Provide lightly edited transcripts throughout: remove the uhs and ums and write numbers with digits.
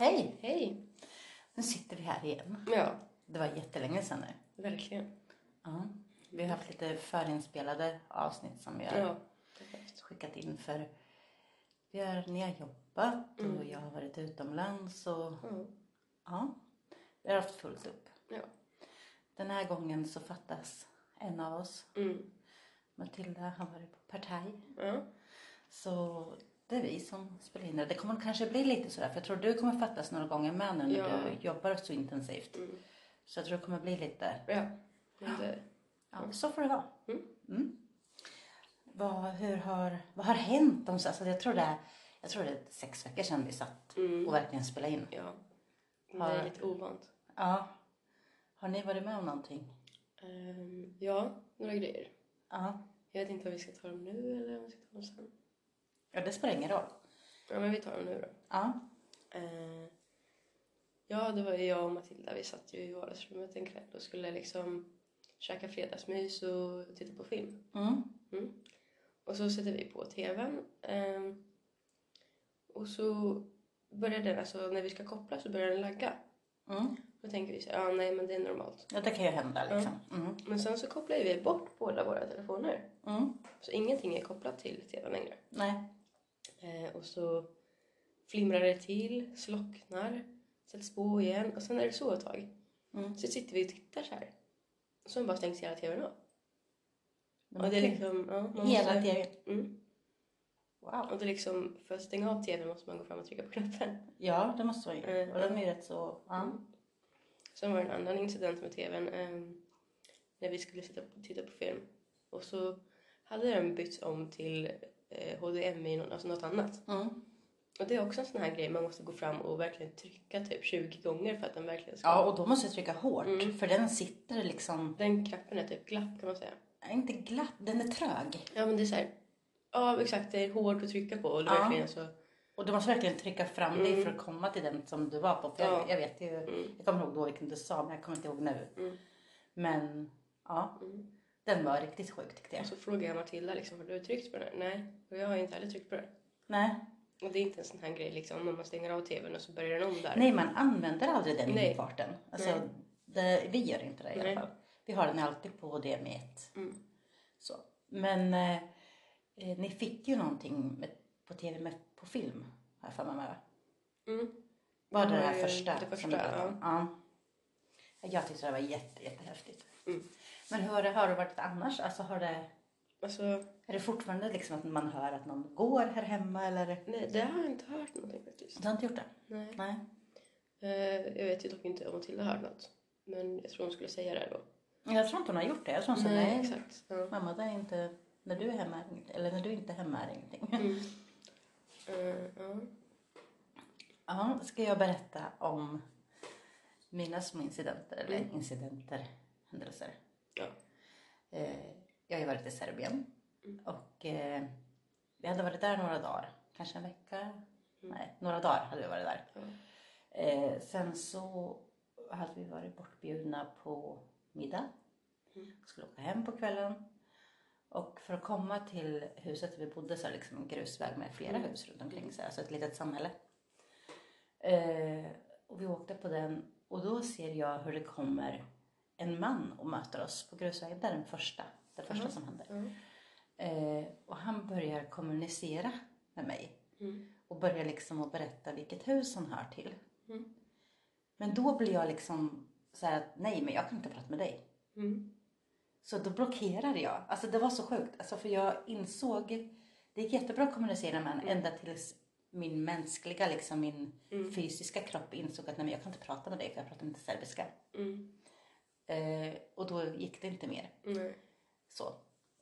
Hej! Hej! Nu sitter vi här igen. Ja, Det var jättelänge sedan nu. verkligen. Ja. Vi har haft lite förinspelade avsnitt som vi har Ja, skickat in för ni har jobbat och jag har varit utomlands och ja, vi har haft fullt upp. ja. Den här gången så fattas en av oss. Matilda har varit på partaj. Ja. Så det är vi som spelar in det. Det kommer kanske bli lite sådär. För jag tror du kommer fattas några gånger med nu när du jobbar så intensivt. Så jag tror det kommer bli lite... Ja, men det... Ja, så får det vara. Vad har hänt? Alltså, jag tror det är 6 veckor sedan vi satt och verkligen spelade in. Ja, det är lite ovant. Ja. Har ni varit med om någonting? Ja, några grejer. Ja. Jag vet inte om vi ska ta dem nu eller om vi ska ta dem sen. Ja, det spelar ingen roll. Ja, men vi tar dem nu då. Ja. Ja, det var ju jag och Matilda. Vi satt ju i vardagsrummet en kväll och skulle liksom käka fredagsmys och titta på film. Och så sätter vi på tvn. Och så börjar den, alltså när vi ska koppla så börjar den lagga. Då tänker vi så här, nej men det är normalt. Ja, det kan ju hända liksom. Men sen så kopplar vi bort båda våra telefoner. Så ingenting är kopplat till tvn längre. Nej. Och så flimrar det till, slocknar, sätts på igen och sen är det så ett tag. Så sitter vi och tittar så här. Och så bara stängs hela tvn av. Och det är liksom, ja, hela tvn? Wow. Och det är liksom, för att stänga av tvn måste man gå fram och trycka på knappen. Ja, det måste man ju. Och den är rätt så... Sen var det en annan incident med tvn. När vi skulle titta på film. Och så hade den bytts om till HDMI, alltså något annat. Och det är också en sån här grej. Man måste gå fram och verkligen trycka typ 20 gånger för att den verkligen ska... Ja, och då måste jag trycka hårt. För den sitter liksom... Den knappen är typ glapp kan man säga. Inte glapp, den är trög. Ja, men det är så här... Ja, exakt. Det är hårt att trycka på. Och det verkligen så... Och du måste verkligen trycka fram dig för att komma till den som du var på. För jag vet ju... Jag kommer ihåg då vilken du sa, men jag kommer inte ihåg nu. Men, ja. Den var riktigt sjuk tyckte jag. Och så frågade jag Matilda liksom, har du tryckt på den? Nej, och jag har inte heller tryckt på den. Nej. Och det är inte en sån här grej liksom, om man stänger av tvn och så börjar den om där. Nej, man använder aldrig den i farten. Alltså, vi gör inte det i alla fall. Vi har den alltid på HDMI 1. Så. Men ni fick ju någonting på tv på film. Har jag för mig va? Var det här första? Det första, ja. Jag tyckte det var jättehäftigt. Men hur har det varit annars? Alltså är det fortfarande liksom att man hör att någon går här hemma eller? Nej, det har jag inte hört någonting faktiskt. Du har inte gjort det? Nej. Jag vet ju dock inte om Matilda har hört något. Men jag tror hon skulle säga det då. Jag tror inte hon har gjort det. Jag tror hon sa nej. Exakt. Ja. Mamma, det är inte... När du är hemma eller när du inte är hemma är ingenting. Ja, ska jag berätta om mina små incidenter eller händelser. Ja. Jag har ju varit i Serbien och vi hade varit där några dagar, kanske en vecka. Nej, några dagar hade vi varit där. Sen så hade vi varit bortbjudna på middag. Skulle åka hem på kvällen. Och för att komma till huset där vi bodde så är det liksom en grusväg med flera hus runt omkring sig. Alltså ett litet samhälle. Och vi åkte på den och då ser jag hur det kommer en man och möter oss på grusvägen. Det är det första som händer. Och han börjar kommunicera med mig. Och börjar liksom att berätta vilket hus han hör till. Men då blir jag liksom så här att nej, men jag kan inte prata med dig. Så då blockerade jag. Alltså det var så sjukt. Alltså för jag insåg, det gick jättebra att kommunicera med honom ända tills min mänskliga, liksom min fysiska kropp insåg att nej, men jag kan inte prata med dig för jag pratar inte serbiska. Och då gick det inte mer. Så.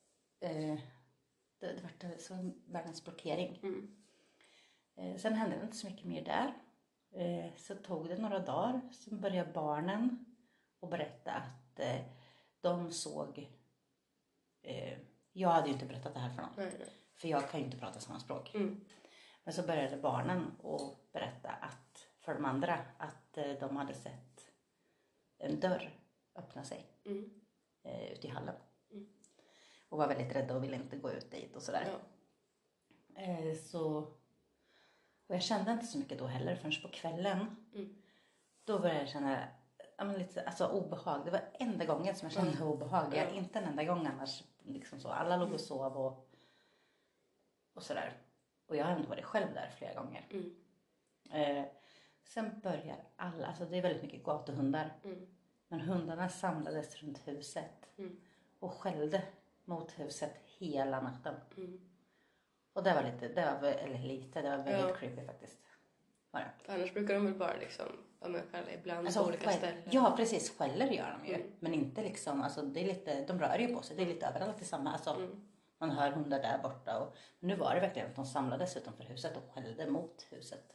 Det var så världens blockering. Sen hände det inte så mycket mer där. Så tog det några dagar. Så började barnen och berätta att de såg... jag hade ju inte berättat det här för någon. Nej. För jag kan ju inte prata samma språk. Men så började barnen att berätta för de andra att de hade sett en dörr öppna sig ute i hallen. Och var väldigt rädda och ville inte gå ut dit och sådär. Så Och jag kände inte så mycket då heller förrän på kvällen. Då började jag känna lite obehag. Det var enda gången som jag kände obehag. Inte en enda gång annars. Liksom så. Alla låg och sov och sådär. Och jag har ändå varit själv där flera gånger. Sen börjar alla, alltså det är väldigt mycket gatuhundar. Men hundarna samlades runt huset. Och skällde mot huset hela natten. Och det var väldigt creepy faktiskt. Var det? För annars brukar de väl bara liksom, skälla ibland alltså, på olika ställen. Ja, precis. Skäller gör de ju. Men inte liksom, alltså det är lite, de rör ju på sig. Det är lite överallt i samma, alltså man hör hundar där borta. Och nu var det verkligen att de samlades utanför huset och skällde mot huset.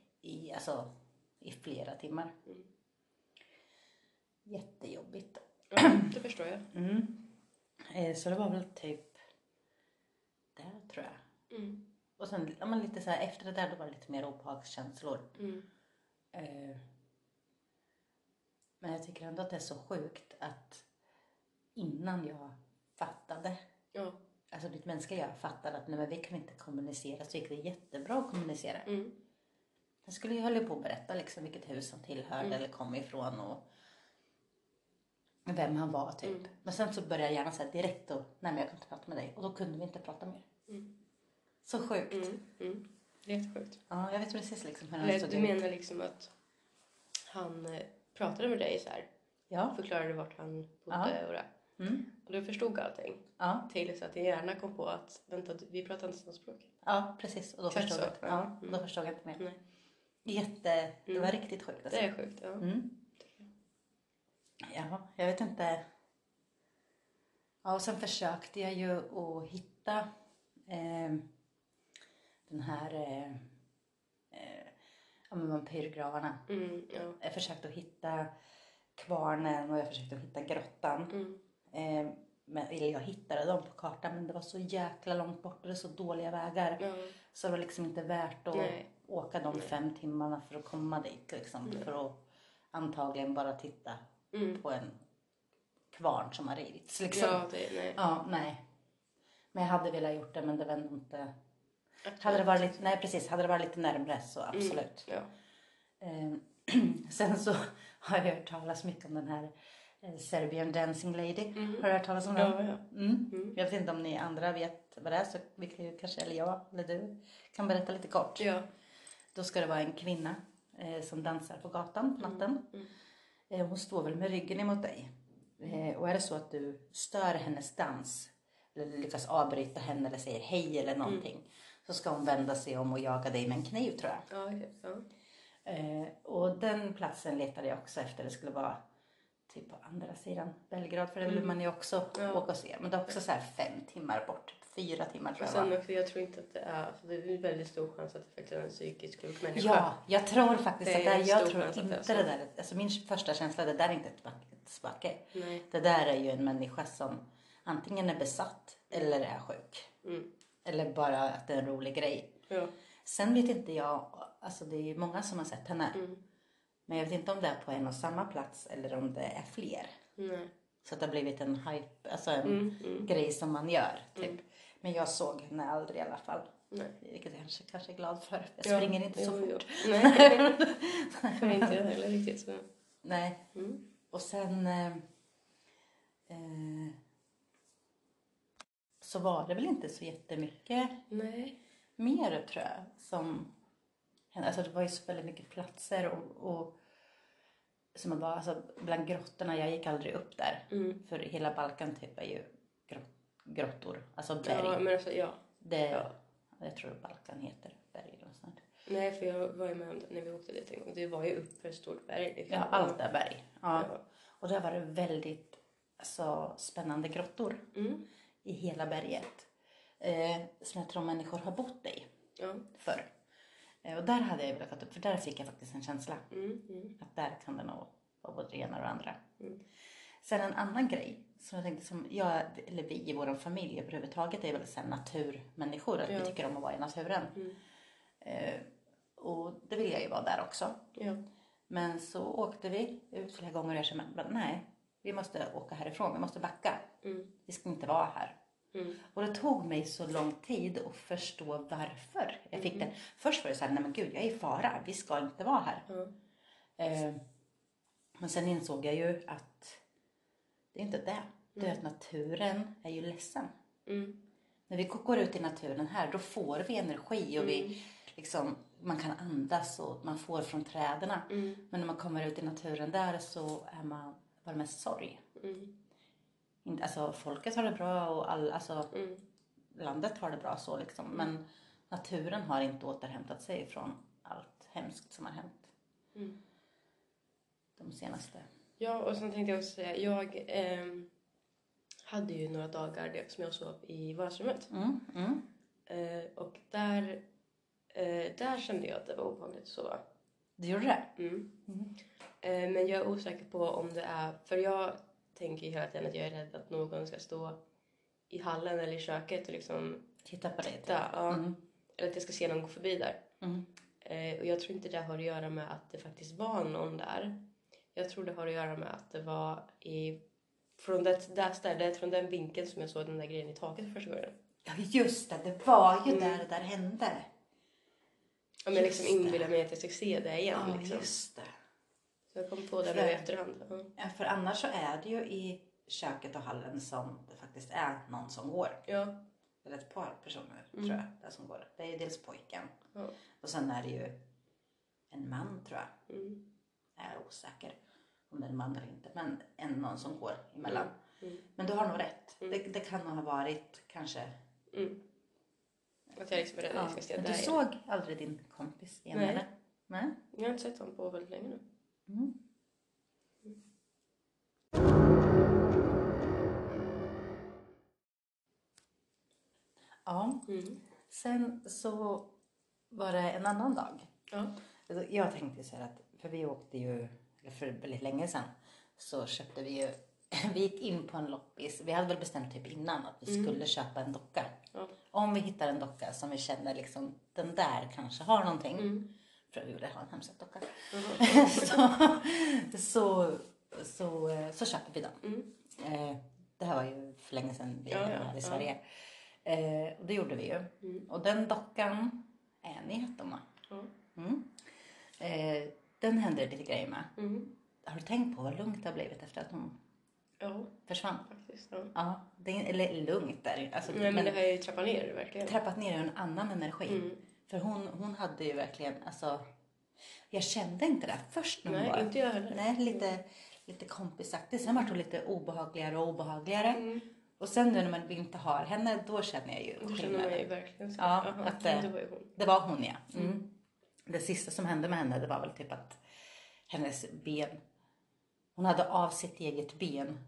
I flera timmar. Jättejobbigt. Ja, det förstår jag. Så det var väl typ det, tror jag. Och sen lite så här, efter det där då var det lite mer obehagskänslor. Men jag tycker ändå att det är så sjukt att innan jag fattade, alltså mitt mänskliga jag fattade att nej, men vi kan inte kommunicera, så gick det jättebra att kommunicera. Jag skulle ju hålla på att berätta liksom vilket hus han tillhörde eller kom ifrån och vem han var typ. Men sen så började jag gärna säga direkt då, nej men jag kan inte prata med dig. Och då kunde vi inte prata mer. Så sjukt. Jättesjukt. Ja, jag vet precis liksom hur han stod. Du menar liksom att han pratade med dig så här? Ja. Förklarade vart han bodde och det. Och du förstod allting. Ja. Tills att din hjärna kom på att vänta, vi pratar inte samma språk. Ja, precis. Och då förstod jag. Då förstod jag inte mer. Nej. Det var riktigt sjukt. Alltså. Det är sjukt, ja. Ja, jag vet inte. Ja, och sen försökte jag ju att hitta den här vampyrgravarna. Jag försökte att hitta kvarnen och jag försökte att hitta grottan. Men jag hittade dem på kartan, men det var så jäkla långt bort och det är så dåliga vägar. Så det var liksom inte värt att åka de 5 timmarna för att komma dit liksom. För att antagligen bara titta på en kvarn som har rivits liksom. Nej. Men jag hade velat gjort det, men det var inte. Hade det varit lite närmare så absolut. Sen så har jag hört talas mycket om den här Serbian Dancing Lady. Har du hört talas om den? Jag vet inte om ni andra vet vad det är, så vi kan ju kanske, eller jag eller du kan berätta lite kort. Då ska det vara en kvinna som dansar på gatan på natten. Hon står väl med ryggen emot dig. Och är det så att du stör hennes dans eller lyckas avbryta henne eller säger hej eller någonting, så ska hon vända sig om och jaga dig med en kniv, tror jag. Och den platsen letade jag också efter. Det skulle vara typ på andra sidan Belgrad, för det vill man ju också åka och se. Men det är också så här 5 timmar bort, 4 timmar tror jag. Och sen också, jag tror inte att det är, alltså det är väldigt stor chans att det faktiskt är en psykisk sjuk människa. Ja, jag tror faktiskt att det är, jag tror inte det där, alltså min första känsla, det där är inte ett spacke. Det där är ju en människa som antingen är besatt eller är sjuk. Eller bara att det är en rolig grej. Sen vet inte jag, alltså det är många som har sett henne. Men jag vet inte om det är på en och samma plats eller om det är fler. Så att det har blivit en hype, alltså en grej som man gör typ. Men jag såg henne aldrig i alla fall. Vilket jag kanske är glad för. Jag springer inte så fort. Nej, inte heller riktigt så. Nej. Och sen så var det väl inte så jättemycket mer, tror jag, som alltså det var ju så väldigt mycket platser och som var, alltså bland grottorna, jag gick aldrig upp där. För hela Balkan typ är ju grottor, alltså berg. Ja, men alltså, jag tror Balkan heter berg och sånt. Nej, för jag var ju med om det när vi åkte dit en gång. Det var ju upp för ett stort berg. Liksom. Ja, allt är berg. Ja. Och där var det väldigt spännande grottor i hela berget. Som jag tror människor har bott i förr. Och där hade jag velat gå upp, för där fick jag faktiskt en känsla. Att där kan det nog vara både det ena och det andra. Sen en annan grej som jag tänkte, som jag, eller vi i vår familj överhuvudtaget är väl så här naturmänniskor. Att vi tycker om att vara i naturen. Och det vill jag ju vara där också. Men så åkte vi ut flera gånger och jag kände, nej, vi måste åka härifrån, vi måste backa. Vi ska inte vara här. Och det tog mig så lång tid att förstå varför jag fick det. Först var det så här, nej men gud, jag är i fara. Vi ska inte vara här. Men sen insåg jag ju att det är inte det. Det är att naturen är ju ledsen. När vi går ut i naturen här, då får vi energi och vi liksom, man kan andas och man får från träden. Men när man kommer ut i naturen där så är man bara med sorg. Alltså folket har det bra och landet har det bra så liksom. Men naturen har inte återhämtat sig från allt hemskt som har hänt. De senaste. Ja, och sen tänkte jag också säga, jag hade ju några dagar som jag sov i vardagsrummet. Och där kände jag att det var obehagligt att sova. Du gjorde det? Men jag är osäker på om det är, för jag tänker ju hela tiden att jag är rädd att någon ska stå i hallen eller i köket och liksom titta på dig. Eller att jag ska se någon gå förbi där. Och jag tror inte det har att göra med att det faktiskt var någon där. Jag tror det har att göra med att det var från det stället, från den vinkeln som jag såg den där grejen i taket för första gången. Ja just det var ju där det där hände. Ja, men liksom inbillar mig att jag ska se det igen. Ja, liksom. Just det. Så jag kom på det nu i efterhand. Ja, för annars så är det ju i köket och hallen som det faktiskt är någon som går. Ja. Eller ett par personer tror jag där som går. Det är ju dels pojken. Ja. Och sen är det ju en man tror jag. Jag är osäker om det är en man eller inte. Men någon som går emellan. Men du har nog rätt. Det kan nog ha varit kanske. Att jag liksom är rädd att jag ska se men där. du såg aldrig din kompis igen eller? Nej. Jag har inte sett honom på väldigt länge nu. Ja. Sen så var det en annan dag. Ja. Alltså, jag tänkte så här att, för vi åkte ju, eller för väldigt länge sedan så köpte vi ju, vi gick in på en loppis. Vi hade väl bestämt typ innan att vi skulle köpa en docka. Ja. Om vi hittar en docka som vi känner liksom, den där kanske har någonting. För vi ville ha en hemsökt docka. Så köpte vi den. Det här var ju för länge sedan vi var i Sverige. Och det gjorde vi ju. Och den dockan, Annie hette hon. Den hände lite grejer med. Har du tänkt på vad lugnt det har blivit efter att hon försvann? Faktiskt, ja. Eller lugnt där. Alltså, men det har ju trappat ner verkligen. Trappat ner i en annan energi. För hon hade ju verkligen, alltså, jag kände inte det först när hon var. Nej, inte jag heller. Nej, lite kompisaktig. Sen var hon lite obehagligare. Och sen nu när man inte har henne, då känner jag ju skillnaden. Då känner man ju verkligen så. Ja, att det var ju hon. Det var hon, ja. Det sista som hände med henne, det var väl typ att hennes ben, hon hade av sitt eget ben.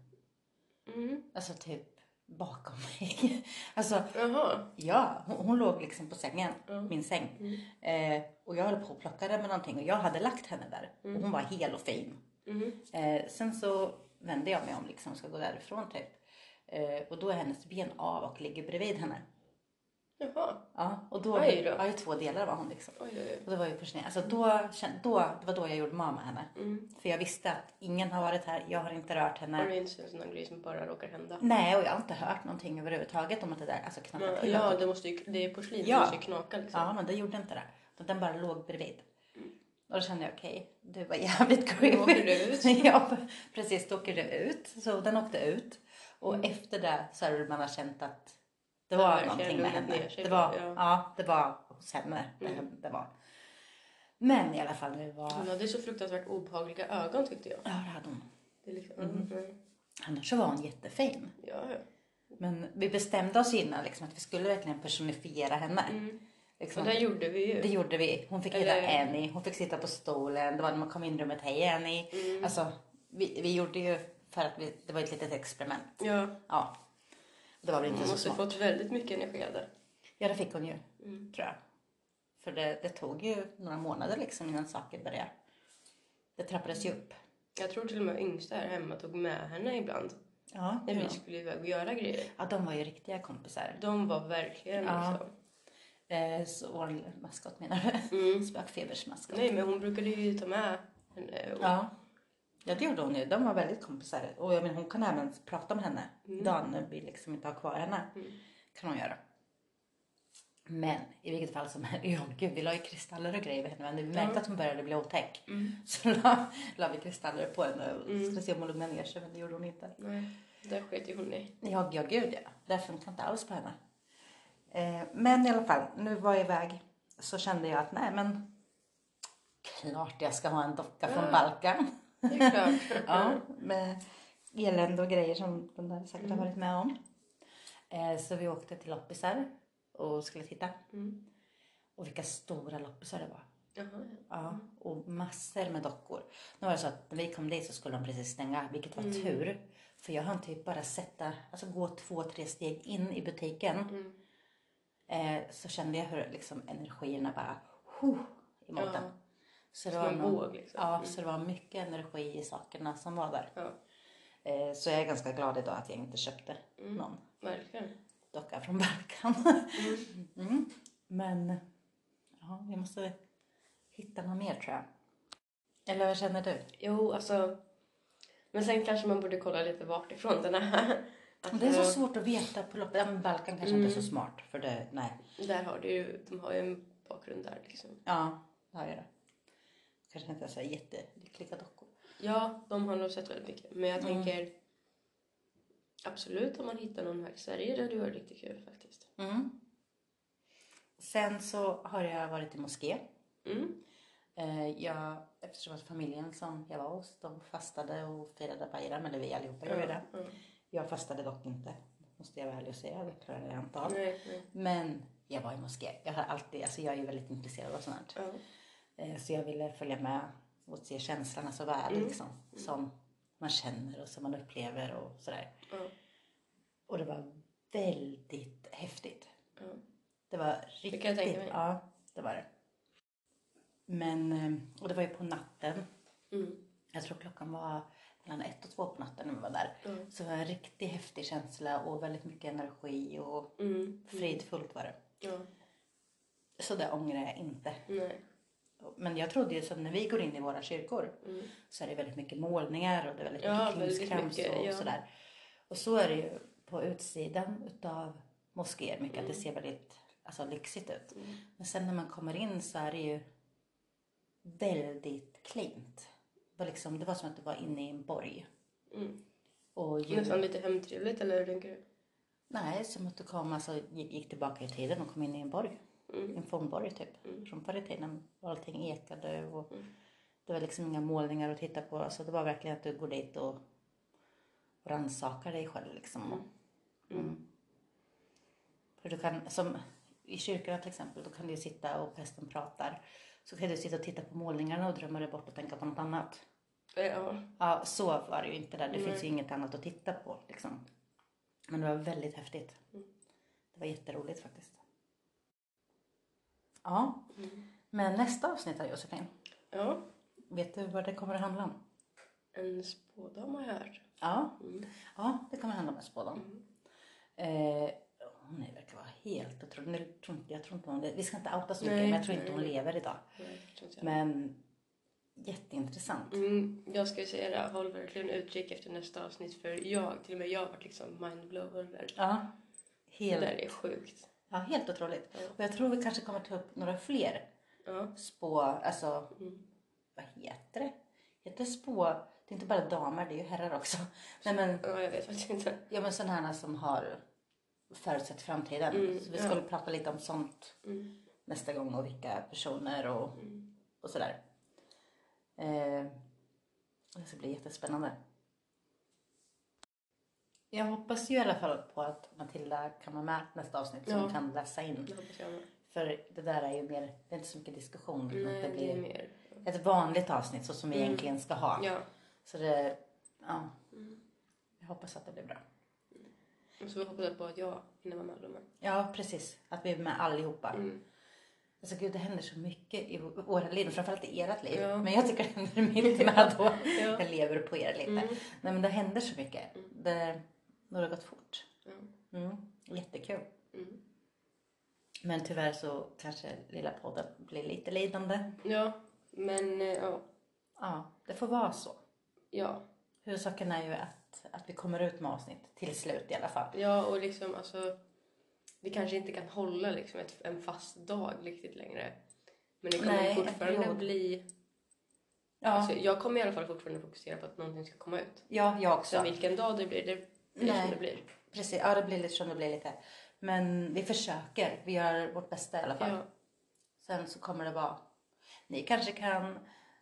Alltså typ bakom mig. Alltså, ja, hon låg liksom på sängen, min säng. Och jag höll på att plocka med någonting och jag hade lagt henne där. Och hon var hel och fin. Sen så vände jag mig om liksom och ska gå därifrån typ. Och då är hennes ben av och ligger bredvid henne. Jaha. Ja, och då var ju 2 delar var hon liksom. Och det var ju personligt. Alltså det var då jag gjorde med henne. För jag visste att ingen har varit här, jag har inte rört henne. Och det är inte en sån grej som bara råkar hända. Nej, och jag har inte hört någonting överhuvudtaget om att det där alltså knakade till. Ja, det är porslin, det måste ju knaka liksom. Ja, men det gjorde inte det. Den bara låg bredvid. Och då kände jag, okej, du var jävligt creepy. Då åker du ut. Ja, precis, då åker du ut. Så den åkte ut. Och efter det så har man känt att det var någonting med henne. Det var hos henne det var. Men i alla fall det var... Hon hade så fruktansvärt obehagliga ögon tyckte jag. Ja, det hade hon. Det är liksom... Annars så var hon jättefin. Ja. Men vi bestämde oss innan liksom, att vi skulle verkligen personifiera henne. Liksom. Och det gjorde vi ju. Det gjorde vi. Hon fick heta Annie. Hon fick sitta på stolen. Det var när man kom in i rummet. Hej Annie. Alltså, vi gjorde ju för att det var ett litet experiment. Ja. Det var väl inte så smart. Hon måste fått väldigt mycket energi av det. Ja, det fick hon ju. Tror jag. För det tog ju några månader liksom innan saker började. Det trappades ju upp. Jag tror till och med yngsta här hemma tog med henne ibland. Ja. När vi skulle iväg och göra grejer. Ja, de var ju riktiga kompisar. De var verkligen liksom. Så vår maskot menar du? Spökfebers maskot. Nej, men hon brukade ju ta med henne. Ja, det gjorde hon ju. De var väldigt kompisar. Och jag menar, hon kan även prata med henne. Idag när vi liksom inte har kvar henne. Kan hon göra. Men i vilket fall som helst. Gud, vi la ju kristaller och grejer med henne. Men vi märkte att hon började bli otäck. Så la vi kristaller på henne. Och skulle se om hon lugnade ner sig. Men det gjorde hon inte. Nej, där sket ju hon i. Ja, gud ja. Det funkar inte alls på henne. Men i alla fall, nu var jag iväg. Så kände jag att nej, men klart jag ska ha en docka från Balkan. Det är klart. Ja, med elände och grejer som de där säkert har varit med om. Så vi åkte till loppisar och skulle titta. Och vilka stora loppisar det var. Ja, och massor med dockor. Nu var det så att när vi kom dit så skulle de precis stänga, vilket var tur. För jag hann typ bara gå 2-3 steg in i butiken. Så kände jag hur liksom energierna bara i maten. Så det var våg liksom. Ja, så det var mycket energi i sakerna som var där. Så jag är ganska glad idag att jag inte köpte någon. Verkligen. Docka från Balkan. Men ja, vi måste hitta något mer, tror jag. Eller vad känner du? Jo, alltså. Men sen kanske man borde kolla lite vart ifrån den är. Alltså, det är så svårt att veta på loppet. Ja, men Balkan kanske inte är så smart. För det, nej. Där har de har ju en bakgrund där liksom. Ja, det har jag det. Kanske inte är så jättelyckliga dockor. Ja, de har nog sett väldigt mycket. Men jag tänker, absolut om man hittar någon här i Sverige, det hade varit riktigt kul faktiskt. Sen så har jag varit i moské. Eftersom att familjen som jag var hos, de fastade och firade Bayram, eller vi allihopa gjorde det. Jag fastade dock inte, måste jag vara ärlig och säga, det tror jag antal. Men jag var i moské. Jag har alltid, alltså jag är ju väldigt intresserad av sånt här. Så jag ville följa med och se känslan så väl liksom, som man känner och som man upplever och sådär. Och det var väldigt häftigt. Det var riktigt, det kan jag tänka mig. Ja, det var det. Men, och det var ju på natten. Jag tror klockan var mellan 1 och 2 på natten när vi var där. Så det var en riktigt häftig känsla och väldigt mycket energi och fridfullt var det. Så det ångrar jag inte. Nej. Men jag trodde ju så när vi går in i våra kyrkor så är det väldigt mycket målningar och det är väldigt mycket krimskrams och sådär. Och så är det ju på utsidan utav moskéer mycket att det ser väldigt lyxigt ut. Men sen när man kommer in så är det ju väldigt klint. Det var som att du var inne i en borg. Och nästan lite hemtrevligt, eller hur tänker du? Nej, som att du gick tillbaka i tiden och kom in i en borg. En fornborg typ. Från förr i tiden. Allting ekade och det var liksom inga målningar att titta på. Så det var verkligen att du går dit och rannsakar dig själv liksom. För du kan, som i kyrkorna till exempel, då kan du sitta och prästen pratar. Så kan du sitta och titta på målningarna och drömma dig bort och tänka på något annat. Ja, så var det ju inte där. Det finns ju inget annat att titta på liksom. Men det var väldigt häftigt. Det var jätteroligt faktiskt. Ja, men nästa avsnitt av Josefin. Ja. Vet du vad det kommer att handla om? En spådam har jag hört. Ja, det kommer att handla om en spådam. Hon verkar vara helt otrolig. Jag tror inte hon, vi ska inte outa så mycket, men jag tror inte hon lever idag. Men jätteintressant. Jag ska säga det, håll verkligen utkik efter nästa avsnitt. För till och med jag har varit liksom mindblown där. Ja, det där är sjukt. Ja, helt otroligt. Och jag tror vi kanske kommer ta upp några fler vad heter det? Heter det spå? Det är inte bara damer, det är ju herrar också. Nej, men, ja, jag vet faktiskt inte. Ja, men sådana här som har förutsett framtiden. Så vi skulle prata lite om sånt nästa gång och vilka personer och sådär. Det ska bli jättespännande. Jag hoppas ju i alla fall på att Matilda kan vara med nästa avsnitt som kan läsa in. Det hoppas jag med. För det där är ju mer, det är inte så mycket diskussion. Nej, det blir mer ett vanligt avsnitt så som vi egentligen ska ha. Ja. Så det, jag hoppas att det blir bra. Och så hoppas jag på att jag hinner vara med. Ja, precis. Att vi är med allihopa. Alltså gud, det händer så mycket i våra liv. Framförallt i ert liv. Ja. Men jag tycker det händer mitt med då. Jag lever på er lite. Nej, men det händer så mycket. Det har gått fort. Jättekul. Men tyvärr så kanske lilla podden blir lite lidande. Ja, men Ja, det får vara så. Ja. Huvudsaken är ju att vi kommer ut med avsnitt till slut i alla fall. Ja, och liksom alltså vi kanske inte kan hålla liksom en fast dag riktigt längre. Men det kommer fortfarande bli... Ja. Alltså, jag kommer i alla fall fortfarande fokusera på att någonting ska komma ut. Ja, jag också. Sen vilken dag det blir, det blir som det blir. Precis, ja det blir lite som det blir lite. Men vi försöker, vi gör vårt bästa i alla fall. Ja. Sen så kommer det vara... Ni kanske kan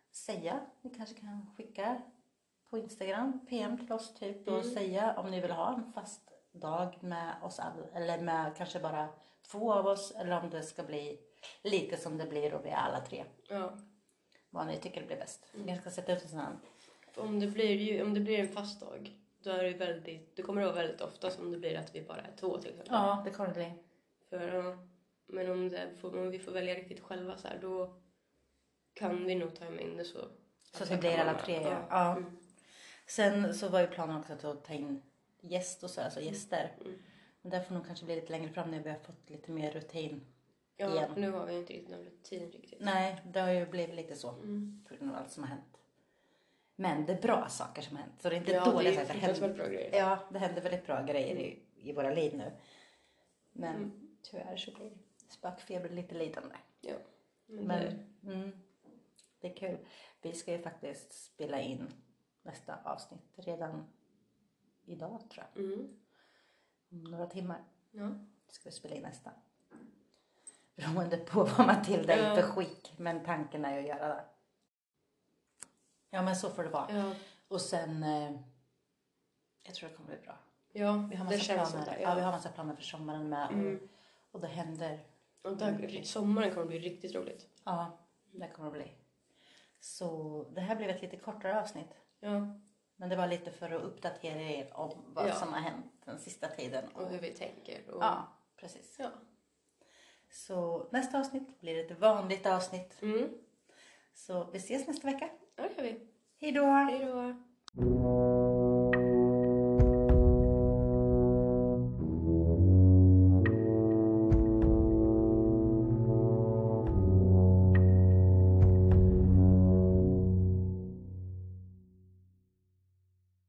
skicka på Instagram PM till oss typ och säga om ni vill ha en fast dag med oss alla, eller med kanske bara 2 av oss, eller om det ska bli lite som det blir och vi är alla 3. Ja. Vad ni tycker blir bäst. Ni ska sätta ut en sån här. Om det blir en fast dag, då är det kommer det vara väldigt ofta som det blir att vi bara är 2 till exempel. Ja, det kommer det bli. Men om vi får välja riktigt själva så här, då kan vi nog ta in det så att det blir alla 3. Ja. Mm. Sen så var ju planen också att ta in gäst och så, alltså gäster. Men det får nog kanske bli lite längre fram när vi har fått lite mer rutin. Ja, igen. Nu har vi inte riktigt någon rutin riktigt. Nej, det har ju blivit lite så på grund av allt som har hänt. Men det är bra saker som har hänt. Så det är inte dåliga saker. Det händer bra grejer. Ja, det händer väldigt bra grejer i våra liv nu. Men tyvärr så blir spökfeber lite lidande. Ja. Men det är kul. Vi ska ju faktiskt spela in nästa avsnitt redan idag tror jag. Om några timmar. Ja. Ska vi spela in nästa. Beroende på vad Matilda är för skick. Men tanken är ju att göra det. Ja, men så får det vara. Ja. Och sen... jag tror det kommer bli bra. Ja, vi har massa planer. Ja, vi har massa planer för sommaren med. Och det händer. Och sommaren kommer bli riktigt roligt. Ja, det kommer det bli. Så det här blev ett lite kortare avsnitt. Ja. Men det var lite för att uppdatera er om vad som har hänt den sista tiden. Och hur vi tänker. Ja, precis. Ja. Så nästa avsnitt blir ett vanligt avsnitt. Så vi ses nästa vecka. Ja, det gör vi. Hej då. Hej då.